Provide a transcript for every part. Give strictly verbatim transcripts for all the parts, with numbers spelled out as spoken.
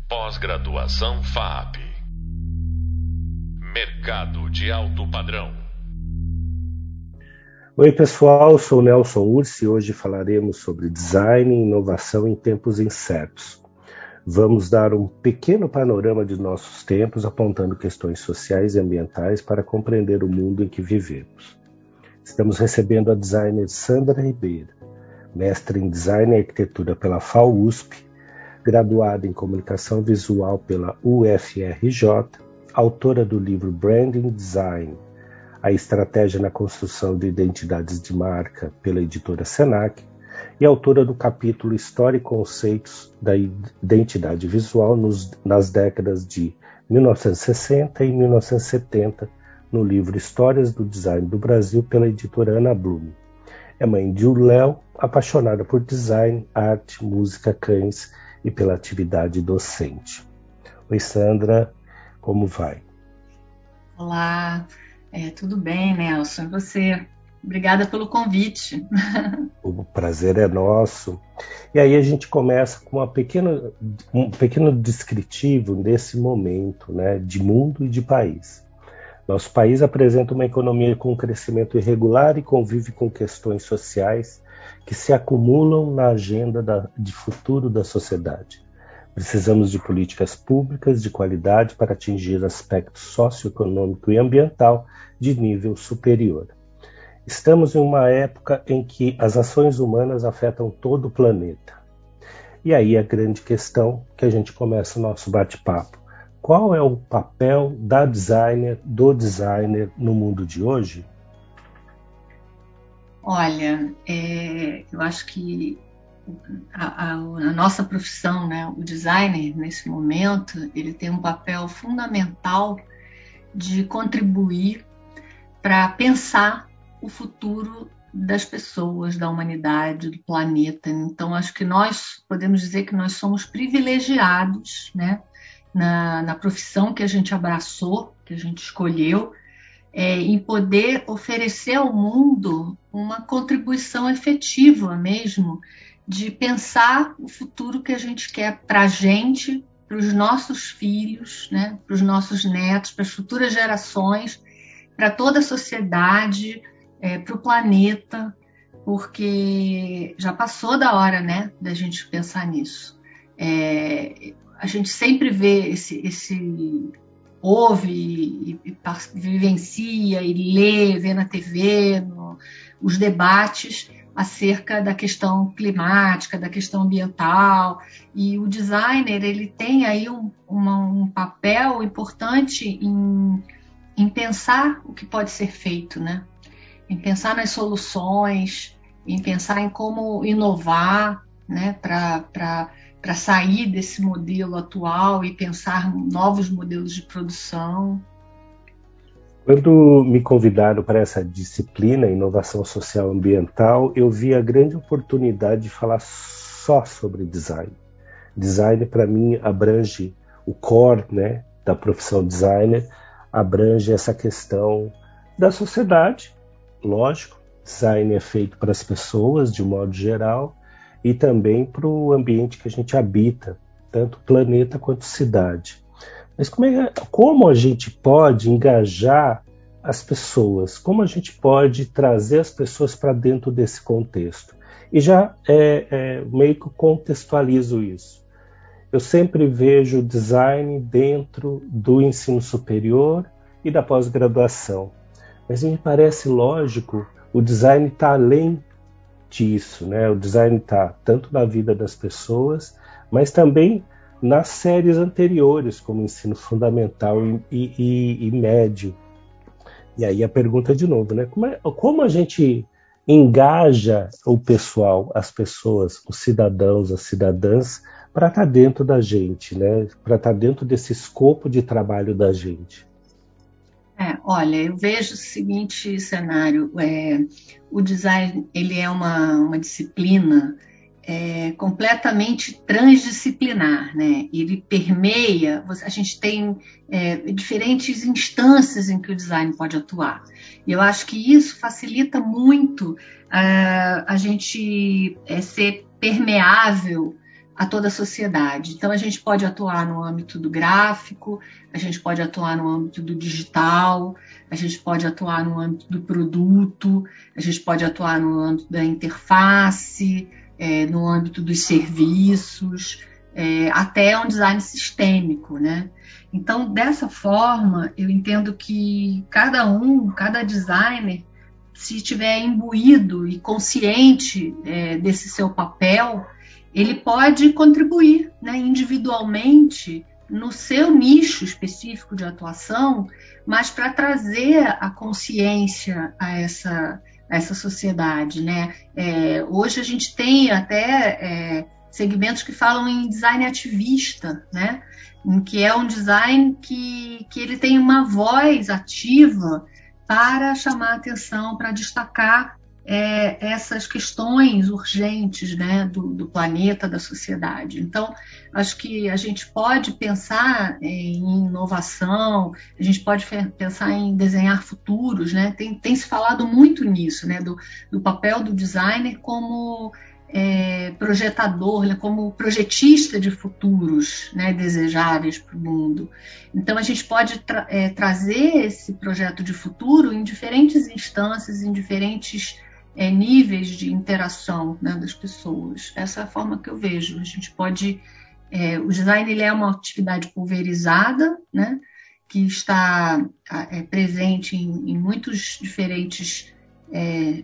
Pós-graduação F A P. Mercado de alto padrão. Oi pessoal, eu sou o Nelson Ursi e hoje falaremos sobre design e inovação em tempos incertos. Vamos dar um pequeno panorama de nossos tempos, apontando questões sociais e ambientais para compreender o mundo em que vivemos. Estamos recebendo a designer Sandra Ribeiro, mestre em Design e Arquitetura pela F A U S P, graduada em Comunicação Visual pela U F R J, autora do livro Branding Design, a estratégia na construção de identidades de marca pela editora Senac, e autora do capítulo História e Conceitos da Identidade Visual nos, nas décadas de mil novecentos e sessenta e mil novecentos e setenta, no livro Histórias do Design do Brasil pela editora Ana Blume. É mãe de um Léo, apaixonada por design, arte, música, cães e pela atividade docente. Oi Sandra, como vai? Olá, é, tudo bem, Nelson? E você? Obrigada pelo convite. O prazer é nosso. E aí a gente começa com uma pequena, um pequeno descritivo desse momento, né, de mundo e de país. Nosso país apresenta uma economia com crescimento irregular e convive com questões sociais que se acumulam na agenda da, de futuro da sociedade. Precisamos de políticas públicas de qualidade para atingir aspectos socioeconômico e ambiental de nível superior. Estamos em uma época em que as ações humanas afetam todo o planeta. E aí a grande questão que a gente começa o nosso bate-papo. Qual é o papel da designer, do designer no mundo de hoje? Olha, é, eu acho que a, a, a nossa profissão, né, o designer, nesse momento, ele tem um papel fundamental de contribuir para pensar o futuro das pessoas, da humanidade, do planeta. Então, acho que nós podemos dizer que nós somos privilegiados, né, na, na profissão que a gente abraçou, que a gente escolheu, é, em poder oferecer ao mundo uma contribuição efetiva mesmo, de pensar o futuro que a gente quer para a gente, para os nossos filhos, né, para os nossos netos, para as futuras gerações, para toda a sociedade, é, para o planeta, porque já passou da hora, né, da gente pensar nisso. É, a gente sempre vê esse, esse ouve e, e, e vivencia e lê, vê na T V, no, os debates acerca da questão climática, da questão ambiental, e o designer ele tem aí um, uma, um papel importante em, em pensar o que pode ser feito, né? Em pensar nas soluções, em pensar em como inovar, né? para para sair desse modelo atual e pensar novos modelos de produção. Quando me convidaram para essa disciplina, Inovação Social Ambiental, eu vi a grande oportunidade de falar só sobre design. Design, para mim, abrange o core, né, da profissão designer, abrange essa questão da sociedade, lógico. Design é feito para as pessoas, de modo geral, e também para o ambiente que a gente habita, tanto planeta quanto cidade. Mas como, é, como a gente pode engajar as pessoas? Como a gente pode trazer as pessoas para dentro desse contexto? E já é, é, meio que contextualizo isso. Eu sempre vejo design dentro do ensino superior e da pós-graduação. Mas me parece lógico, o design está além disso, né? O design está tanto na vida das pessoas, mas também nas séries anteriores, como ensino fundamental e, e, e médio. E aí a pergunta de novo, né? Como, é, como a gente engaja o pessoal, as pessoas, os cidadãos, as cidadãs, para estar dentro da gente, né? Para estar dentro desse escopo de trabalho da gente? É, olha, eu vejo o seguinte cenário, é, o design ele é uma, uma disciplina é, completamente transdisciplinar, né? Ele permeia, a gente tem é, diferentes instâncias em que o design pode atuar. E eu acho que isso facilita muito uh, a gente é, ser permeável a toda a sociedade. Então, a gente pode atuar no âmbito do gráfico, a gente pode atuar no âmbito do digital, a gente pode atuar no âmbito do produto, a gente pode atuar no âmbito da interface, é, no âmbito dos serviços, é, até um design sistêmico, né? Então, dessa forma, eu entendo que cada um, cada designer, se estiver imbuído e consciente é, desse seu papel, ele pode contribuir, né, individualmente no seu nicho específico de atuação, mas para trazer a consciência a essa, a essa sociedade, né? É, hoje a gente tem até é, segmentos que falam em design ativista, né? Em que é um design que, que ele tem uma voz ativa para chamar a atenção, para destacar é, essas questões urgentes, né, do, do planeta, da sociedade. Então, acho que a gente pode pensar em inovação, a gente pode pensar em desenhar futuros, né? Tem, tem se falado muito nisso, né, do, do papel do designer como é, projetador, né, como projetista de futuros, né, desejáveis para o mundo. Então, a gente pode tra- é, trazer esse projeto de futuro em diferentes instâncias, em diferentes é, níveis de interação, né, das pessoas. Essa é a forma que eu vejo. A gente pode... É, o design ele é uma atividade pulverizada, né, que está é, presente em, em muitos diferentes é,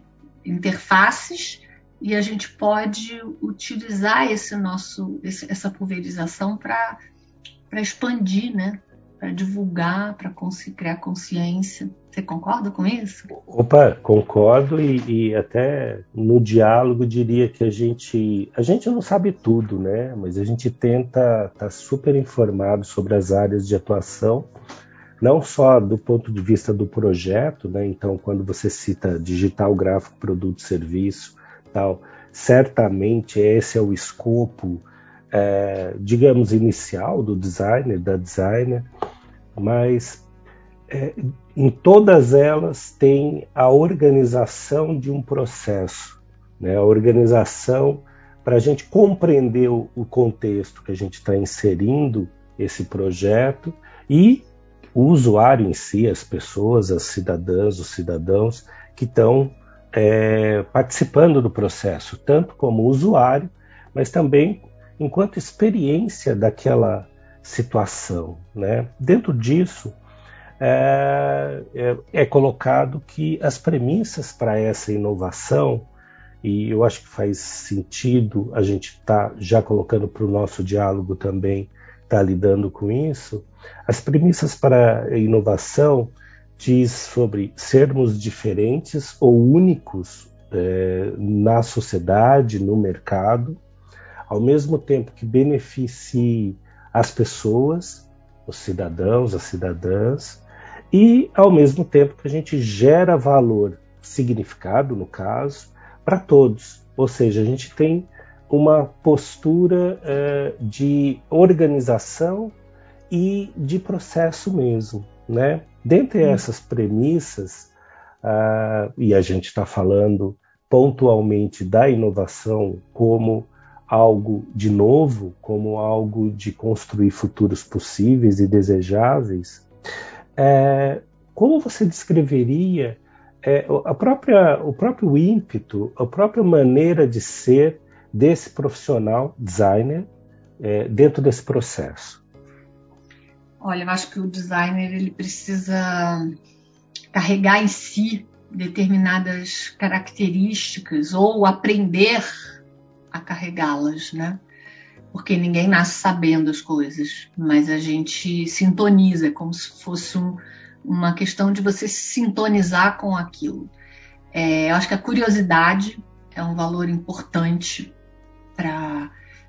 interfaces, e a gente pode utilizar esse nosso, esse, essa pulverização para para expandir, né? Para divulgar, para criar consciência. Você concorda com isso? Opa, concordo e, e até no diálogo diria que a gente, a gente não sabe tudo, né? Mas a gente tenta estar super informado sobre as áreas de atuação, não só do ponto de vista do projeto, né? Então, quando você cita digital, gráfico, produto, serviço, tal, certamente esse é o escopo, é, digamos, inicial do designer, da designer, mas é, em todas elas tem a organização de um processo, né? A organização para a gente compreender o, o contexto que a gente está inserindo esse projeto e o usuário em si, as pessoas, as cidadãs, os cidadãos que estão É, participando do processo, tanto como usuário, mas também enquanto experiência daquela situação, né? Dentro disso, é, é, é colocado que as premissas para essa inovação, e eu acho que faz sentido a gente estar tá já colocando para o nosso diálogo também, estar tá lidando com isso, as premissas para a inovação diz sobre sermos diferentes ou únicos é, na sociedade, no mercado, ao mesmo tempo que beneficie as pessoas, os cidadãos, as cidadãs, e ao mesmo tempo que a gente gera valor, significado, no caso, para todos. Ou seja, a gente tem uma postura é, de organização e de processo mesmo, né? Dentre essas premissas, uh, e a gente está falando pontualmente da inovação como algo de novo, como algo de construir futuros possíveis e desejáveis, é, como você descreveria é, a própria, o próprio ímpeto, a própria maneira de ser desse profissional designer é, dentro desse processo? Olha, eu acho que o designer ele precisa carregar em si determinadas características ou aprender a carregá-las, né? Porque ninguém nasce sabendo as coisas, mas a gente sintoniza, como se fosse um, uma questão de você se sintonizar com aquilo. É, eu acho que a curiosidade é um valor importante para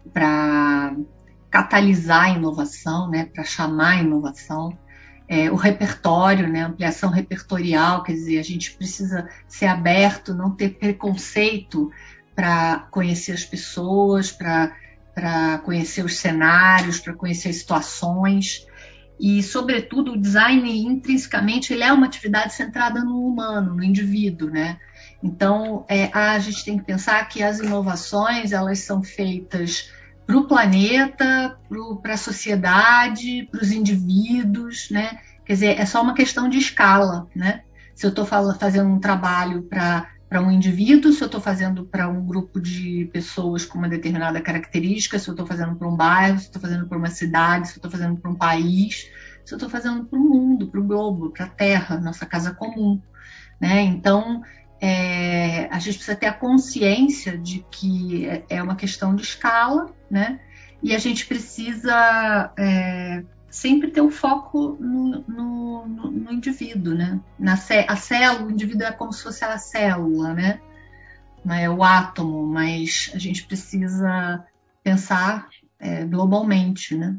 para catalisar a inovação, né, para chamar a inovação. É, o repertório, né, ampliação repertorial, quer dizer, a gente precisa ser aberto, não ter preconceito para conhecer as pessoas, para para conhecer os cenários, para conhecer as situações. E, sobretudo, o design, intrinsecamente, ele é uma atividade centrada no humano, no indivíduo, né? Então, é, a gente tem que pensar que as inovações, elas são feitas para o planeta, para a sociedade, para os indivíduos, né? Quer dizer, é só uma questão de escala, né? Se eu estou fazendo um trabalho para para um indivíduo, se eu estou fazendo para um grupo de pessoas com uma determinada característica, se eu estou fazendo para um bairro, se eu estou fazendo para uma cidade, se eu estou fazendo para um país, se eu estou fazendo para o mundo, para o globo, para a Terra, nossa casa comum, né? Então, é, a gente precisa ter a consciência de que é uma questão de escala, né? E a gente precisa é, sempre ter o foco no, no, no, no indivíduo, né? Na a célula, o indivíduo é como se fosse a célula, né? Não é o átomo, mas a gente precisa pensar é, globalmente, né?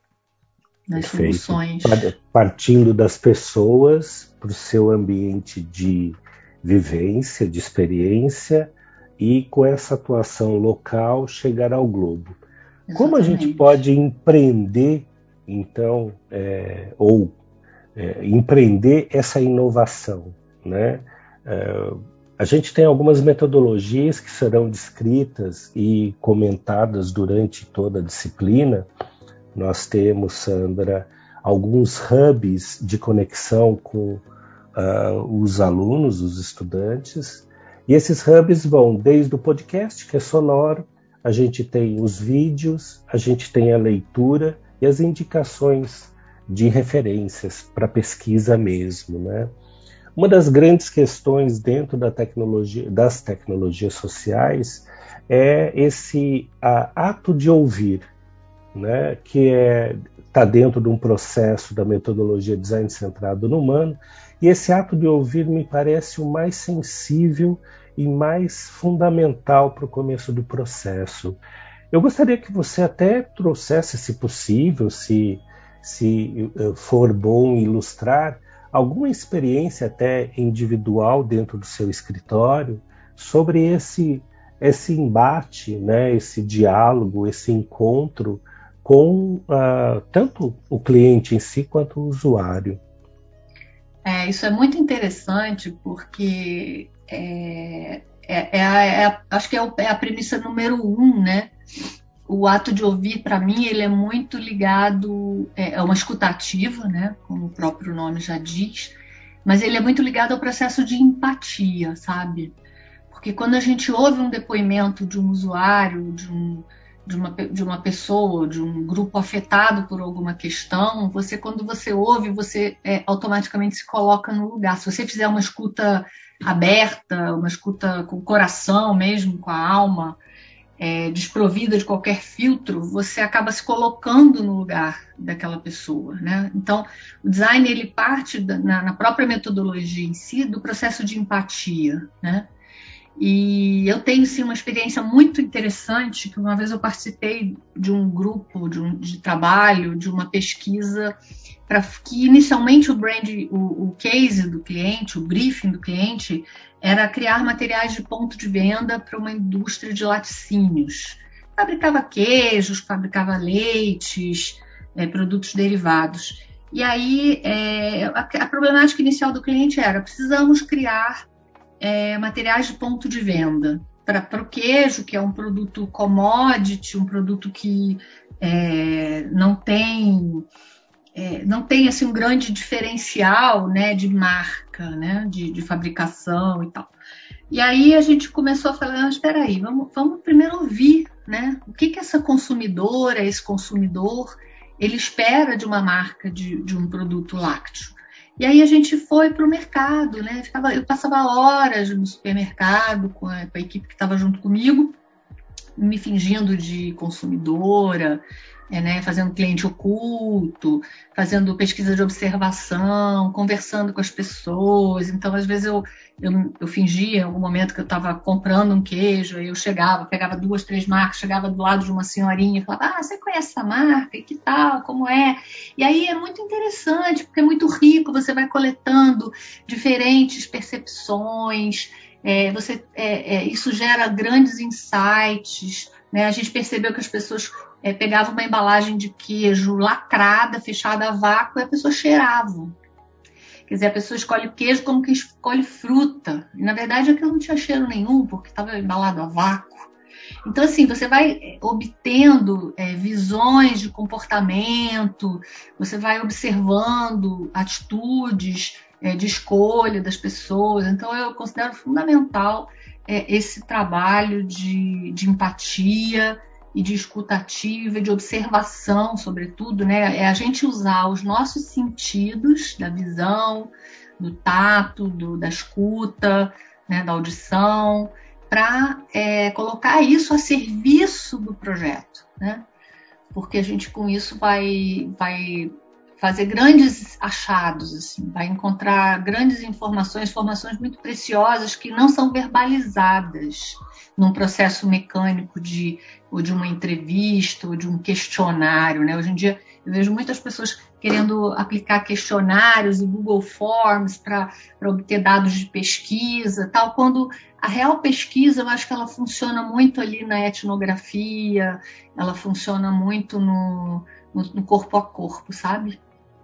Nas Perfeito. soluções. Partindo das pessoas para o seu ambiente de vivência, de experiência, e com essa atuação local chegar ao globo. Exatamente. Como a gente pode empreender, então, é, ou é, empreender essa inovação, né? É, a gente tem algumas metodologias que serão descritas e comentadas durante toda a disciplina. Nós temos, Sandra, alguns hubs de conexão com uh, os alunos, os estudantes, e esses hubs vão desde o podcast, que é sonoro, a gente tem os vídeos, a gente tem a leitura e as indicações de referências para pesquisa mesmo, né? Uma das grandes questões dentro da tecnologia, das tecnologias sociais é esse uh, ato de ouvir, né, que está é, dentro de um processo da metodologia design centrado no humano, e esse ato de ouvir me parece o mais sensível e mais fundamental para o começo do processo. Eu gostaria que você até trouxesse, se possível, se, se for bom ilustrar, alguma experiência até individual dentro do seu escritório sobre esse, esse embate, né, esse diálogo, esse encontro com uh, tanto o cliente em si quanto o usuário. É, isso é muito interessante porque é, é, é, é, acho que é, o, é a premissa número um, né? O ato de ouvir, para mim, ele é muito ligado, é, é uma escutativa, né? Como o próprio nome já diz, mas ele é muito ligado ao processo de empatia, sabe? Porque quando a gente ouve um depoimento de um usuário, de um De uma, de uma pessoa, de um grupo afetado por alguma questão, você, quando você ouve, você é, automaticamente se coloca no lugar. Se você fizer uma escuta aberta, uma escuta com o coração mesmo, com a alma, é, desprovida de qualquer filtro, você acaba se colocando no lugar daquela pessoa, né? Então, o design, ele parte da, na, na própria metodologia em si, do processo de empatia, né? E eu tenho, sim, uma experiência muito interessante, que uma vez eu participei de um grupo de, um, de trabalho, de uma pesquisa, para que inicialmente o brand, o, o case do cliente, o briefing do cliente, era criar materiais de ponto de venda para uma indústria de laticínios. Fabricava queijos, fabricava leites, é, produtos derivados. E aí, é, a, a problemática inicial do cliente era: precisamos criar É, materiais de ponto de venda para o queijo, que é um produto commodity, um produto que é, não tem, é, não tem assim, um grande diferencial, né, de marca, né, de, de fabricação e tal. E aí a gente começou a falar: ah, espera aí, vamos, vamos primeiro ouvir, né, o que, que essa consumidora, esse consumidor, ele espera de uma marca, de, de um produto lácteo. E aí a gente foi para o mercado, né? Ficava, eu passava horas no supermercado com a, com a equipe que estava junto comigo, me fingindo de consumidora, é, né? Fazendo cliente oculto, fazendo pesquisa de observação, conversando com as pessoas. Então, às vezes, eu, eu, eu fingia em algum momento que eu estava comprando um queijo, aí eu chegava, pegava duas, três marcas, chegava do lado de uma senhorinha e falava: ah, você conhece essa marca? E que tal? Como é? E aí é muito interessante, porque é muito rico, você vai coletando diferentes percepções, é, você, é, é, isso gera grandes insights, né? A gente percebeu que as pessoas é, pegavam uma embalagem de queijo lacrada, fechada a vácuo, e a pessoa cheirava. Quer dizer, a pessoa escolhe queijo como que escolhe fruta. E, na verdade, aquilo não tinha cheiro nenhum, porque estava embalado a vácuo. Então, assim, você vai obtendo é, visões de comportamento, você vai observando atitudes é, de escolha das pessoas. Então, eu considero fundamental é, esse trabalho de, de empatia e de escutativa e de observação, sobretudo, né? É a gente usar os nossos sentidos da visão, do tato, do, da escuta, né, da audição, para é, colocar isso a serviço do projeto, né? Porque a gente com isso vai, vai fazer grandes achados, assim, vai encontrar grandes informações, informações muito preciosas que não são verbalizadas num processo mecânico de, ou de uma entrevista ou de um questionário, né? Hoje em dia eu vejo muitas pessoas querendo aplicar questionários e Google Forms para obter dados de pesquisa, tal, quando a real pesquisa, eu acho que ela funciona muito ali na etnografia, ela funciona muito no, no, no corpo a corpo, sabe?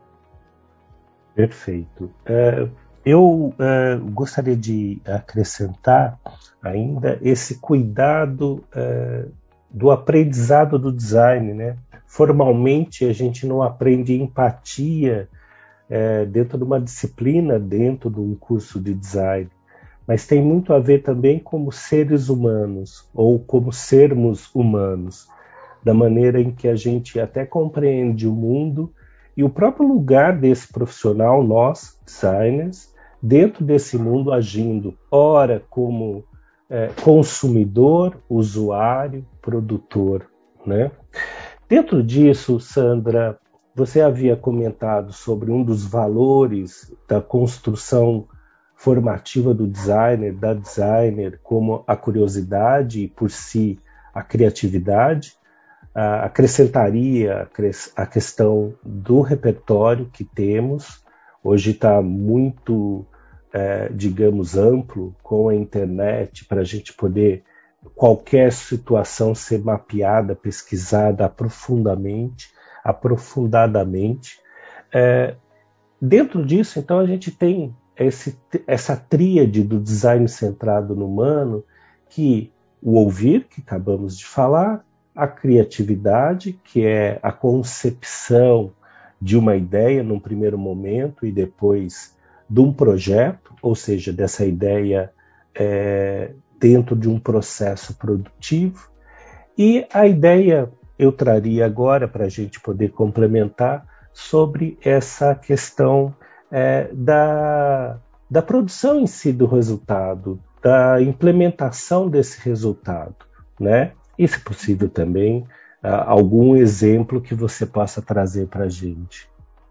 Perfeito. Uh, eu uh, gostaria de acrescentar ainda esse cuidado uh, do aprendizado do design, né? Formalmente, a gente não aprende empatia uh, dentro de uma disciplina, dentro de um curso de design, mas tem muito a ver também como seres humanos, ou como sermos humanos, da maneira em que a gente até compreende o mundo e o próprio lugar desse profissional, nós, designers, dentro desse mundo agindo, ora como é, consumidor, usuário, produtor, né? Dentro disso, Sandra, você havia comentado sobre um dos valores da construção formativa do designer, da designer, como a curiosidade e, por si, a criatividade. Uh, acrescentaria a questão do repertório que temos. Hoje está muito, uh, digamos, amplo com a internet para a gente poder, qualquer situação ser mapeada, pesquisada aprofundamente, aprofundadamente. Uh, dentro disso, então, a gente tem esse, essa tríade do design centrado no humano, que o ouvir, que acabamos de falar, a criatividade, que é a concepção de uma ideia num primeiro momento e depois de um projeto, ou seja, dessa ideia é, dentro de um processo produtivo. E a ideia eu traria agora, para a gente poder complementar, sobre essa questão é, da, da produção em si do resultado, da implementação desse resultado, né? E, se possível, também algum exemplo que você possa trazer para a gente.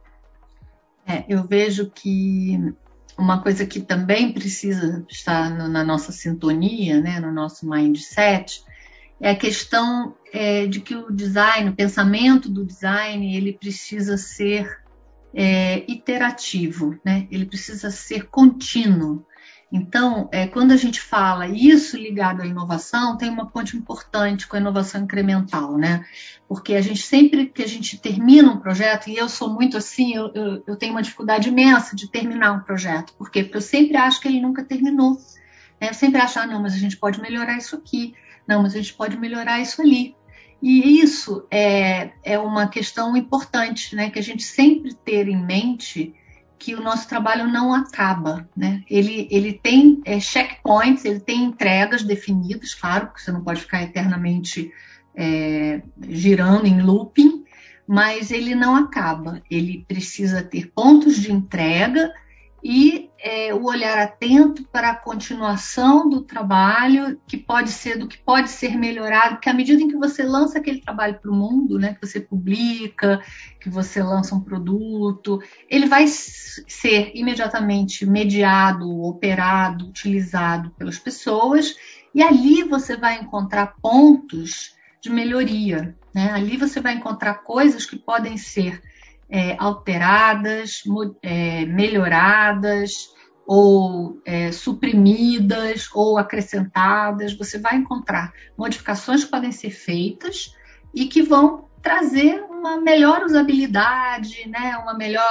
É, eu vejo que uma coisa que também precisa estar no, na nossa sintonia, né, no nosso mindset, é a questão é, de que o design, o pensamento do design, ele precisa ser é, iterativo, né? Ele precisa ser contínuo. Então, é, quando a gente fala isso ligado à inovação, tem uma ponte importante com a inovação incremental, né? Porque a gente sempre que a gente termina um projeto, e eu sou muito assim, eu, eu, eu tenho uma dificuldade imensa de terminar um projeto. Por quê? Porque eu sempre acho que ele nunca terminou. Né? Eu sempre acho, ah, não, mas a gente pode melhorar isso aqui. Não, mas a gente pode melhorar isso ali. E isso é, é uma questão importante, né? Que a gente sempre ter em mente que o nosso trabalho não acaba, né? Ele, ele tem é, checkpoints, ele tem entregas definidas, claro, porque você não pode ficar eternamente é, girando em looping, mas ele não acaba. Ele precisa ter pontos de entrega e é, o olhar atento para a continuação do trabalho, que pode ser do que pode ser melhorado, porque à medida em que você lança aquele trabalho para o mundo, né, que você publica, que você lança um produto, ele vai ser imediatamente mediado, operado, utilizado pelas pessoas, e ali você vai encontrar pontos de melhoria, né? Ali você vai encontrar coisas que podem ser É, alteradas, é, melhoradas, ou é, suprimidas, ou acrescentadas. Você vai encontrar modificações que podem ser feitas e que vão trazer uma melhor usabilidade, né, uma melhor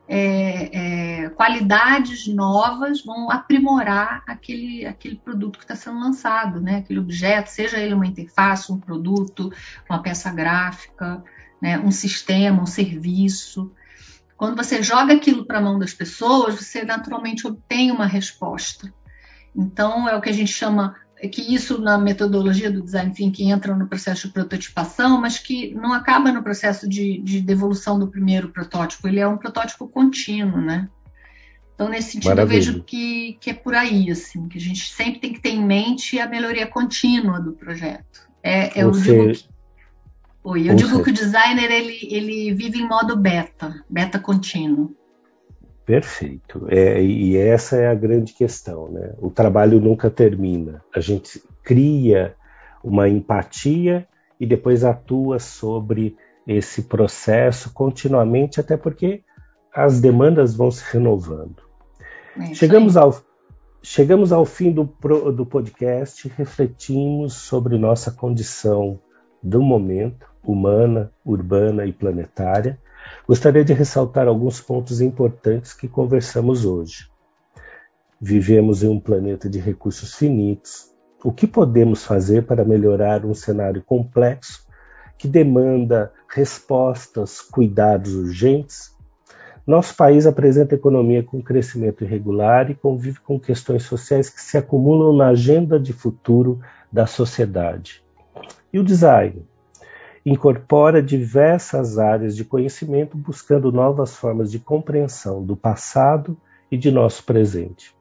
é, é, qualidades novas vão aprimorar aquele, aquele produto que está sendo lançado, né? Aquele objeto, seja ele uma interface, um produto, uma peça gráfica, né? Um sistema, um serviço. Quando você joga aquilo para a mão das pessoas, você naturalmente obtém uma resposta. Então, é o que a gente chama, é que isso na metodologia do Design Thinking entra no processo de prototipação, mas que não acaba no processo de, de devolução do primeiro protótipo, ele é um protótipo contínuo, né? Então, nesse sentido, Maravilha. Eu vejo que, que é por aí, assim, que a gente sempre tem que ter em mente a melhoria contínua do projeto. É, eu Você... digo que Oi, eu Ou digo seja... que o designer ele, ele vive em modo beta, beta contínuo. Perfeito. É, e essa é a grande questão, né? O trabalho nunca termina. A gente cria uma empatia e depois atua sobre esse processo continuamente, até porque as demandas vão se renovando. É chegamos, ao, chegamos ao fim do, do podcast, refletimos sobre nossa condição do momento, humana, urbana e planetária. Gostaria de ressaltar alguns pontos importantes que conversamos hoje. Vivemos em um planeta de recursos finitos. O que podemos fazer para melhorar um cenário complexo que demanda respostas, cuidados urgentes? Nosso país apresenta economia com crescimento irregular e convive com questões sociais que se acumulam na agenda de futuro da sociedade. E o design? Incorpora diversas áreas de conhecimento buscando novas formas de compreensão do passado e de nosso presente.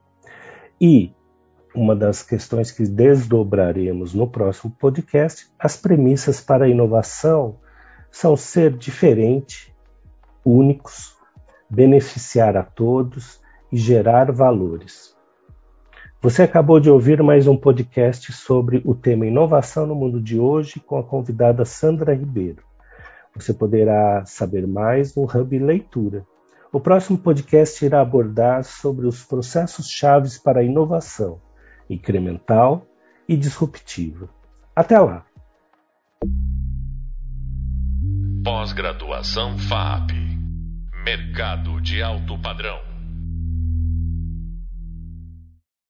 E uma das questões que desdobraremos no próximo podcast, as premissas para a inovação são ser diferente, únicos, beneficiar a todos e gerar valores. Você acabou de ouvir mais um podcast sobre o tema Inovação no Mundo de Hoje com a convidada Sandra Ribeiro. Você poderá saber mais no Hub Leitura. O próximo podcast irá abordar sobre os processos chaves para a inovação, incremental e disruptiva. Até lá! Pós-graduação F A A P. Mercado de alto padrão.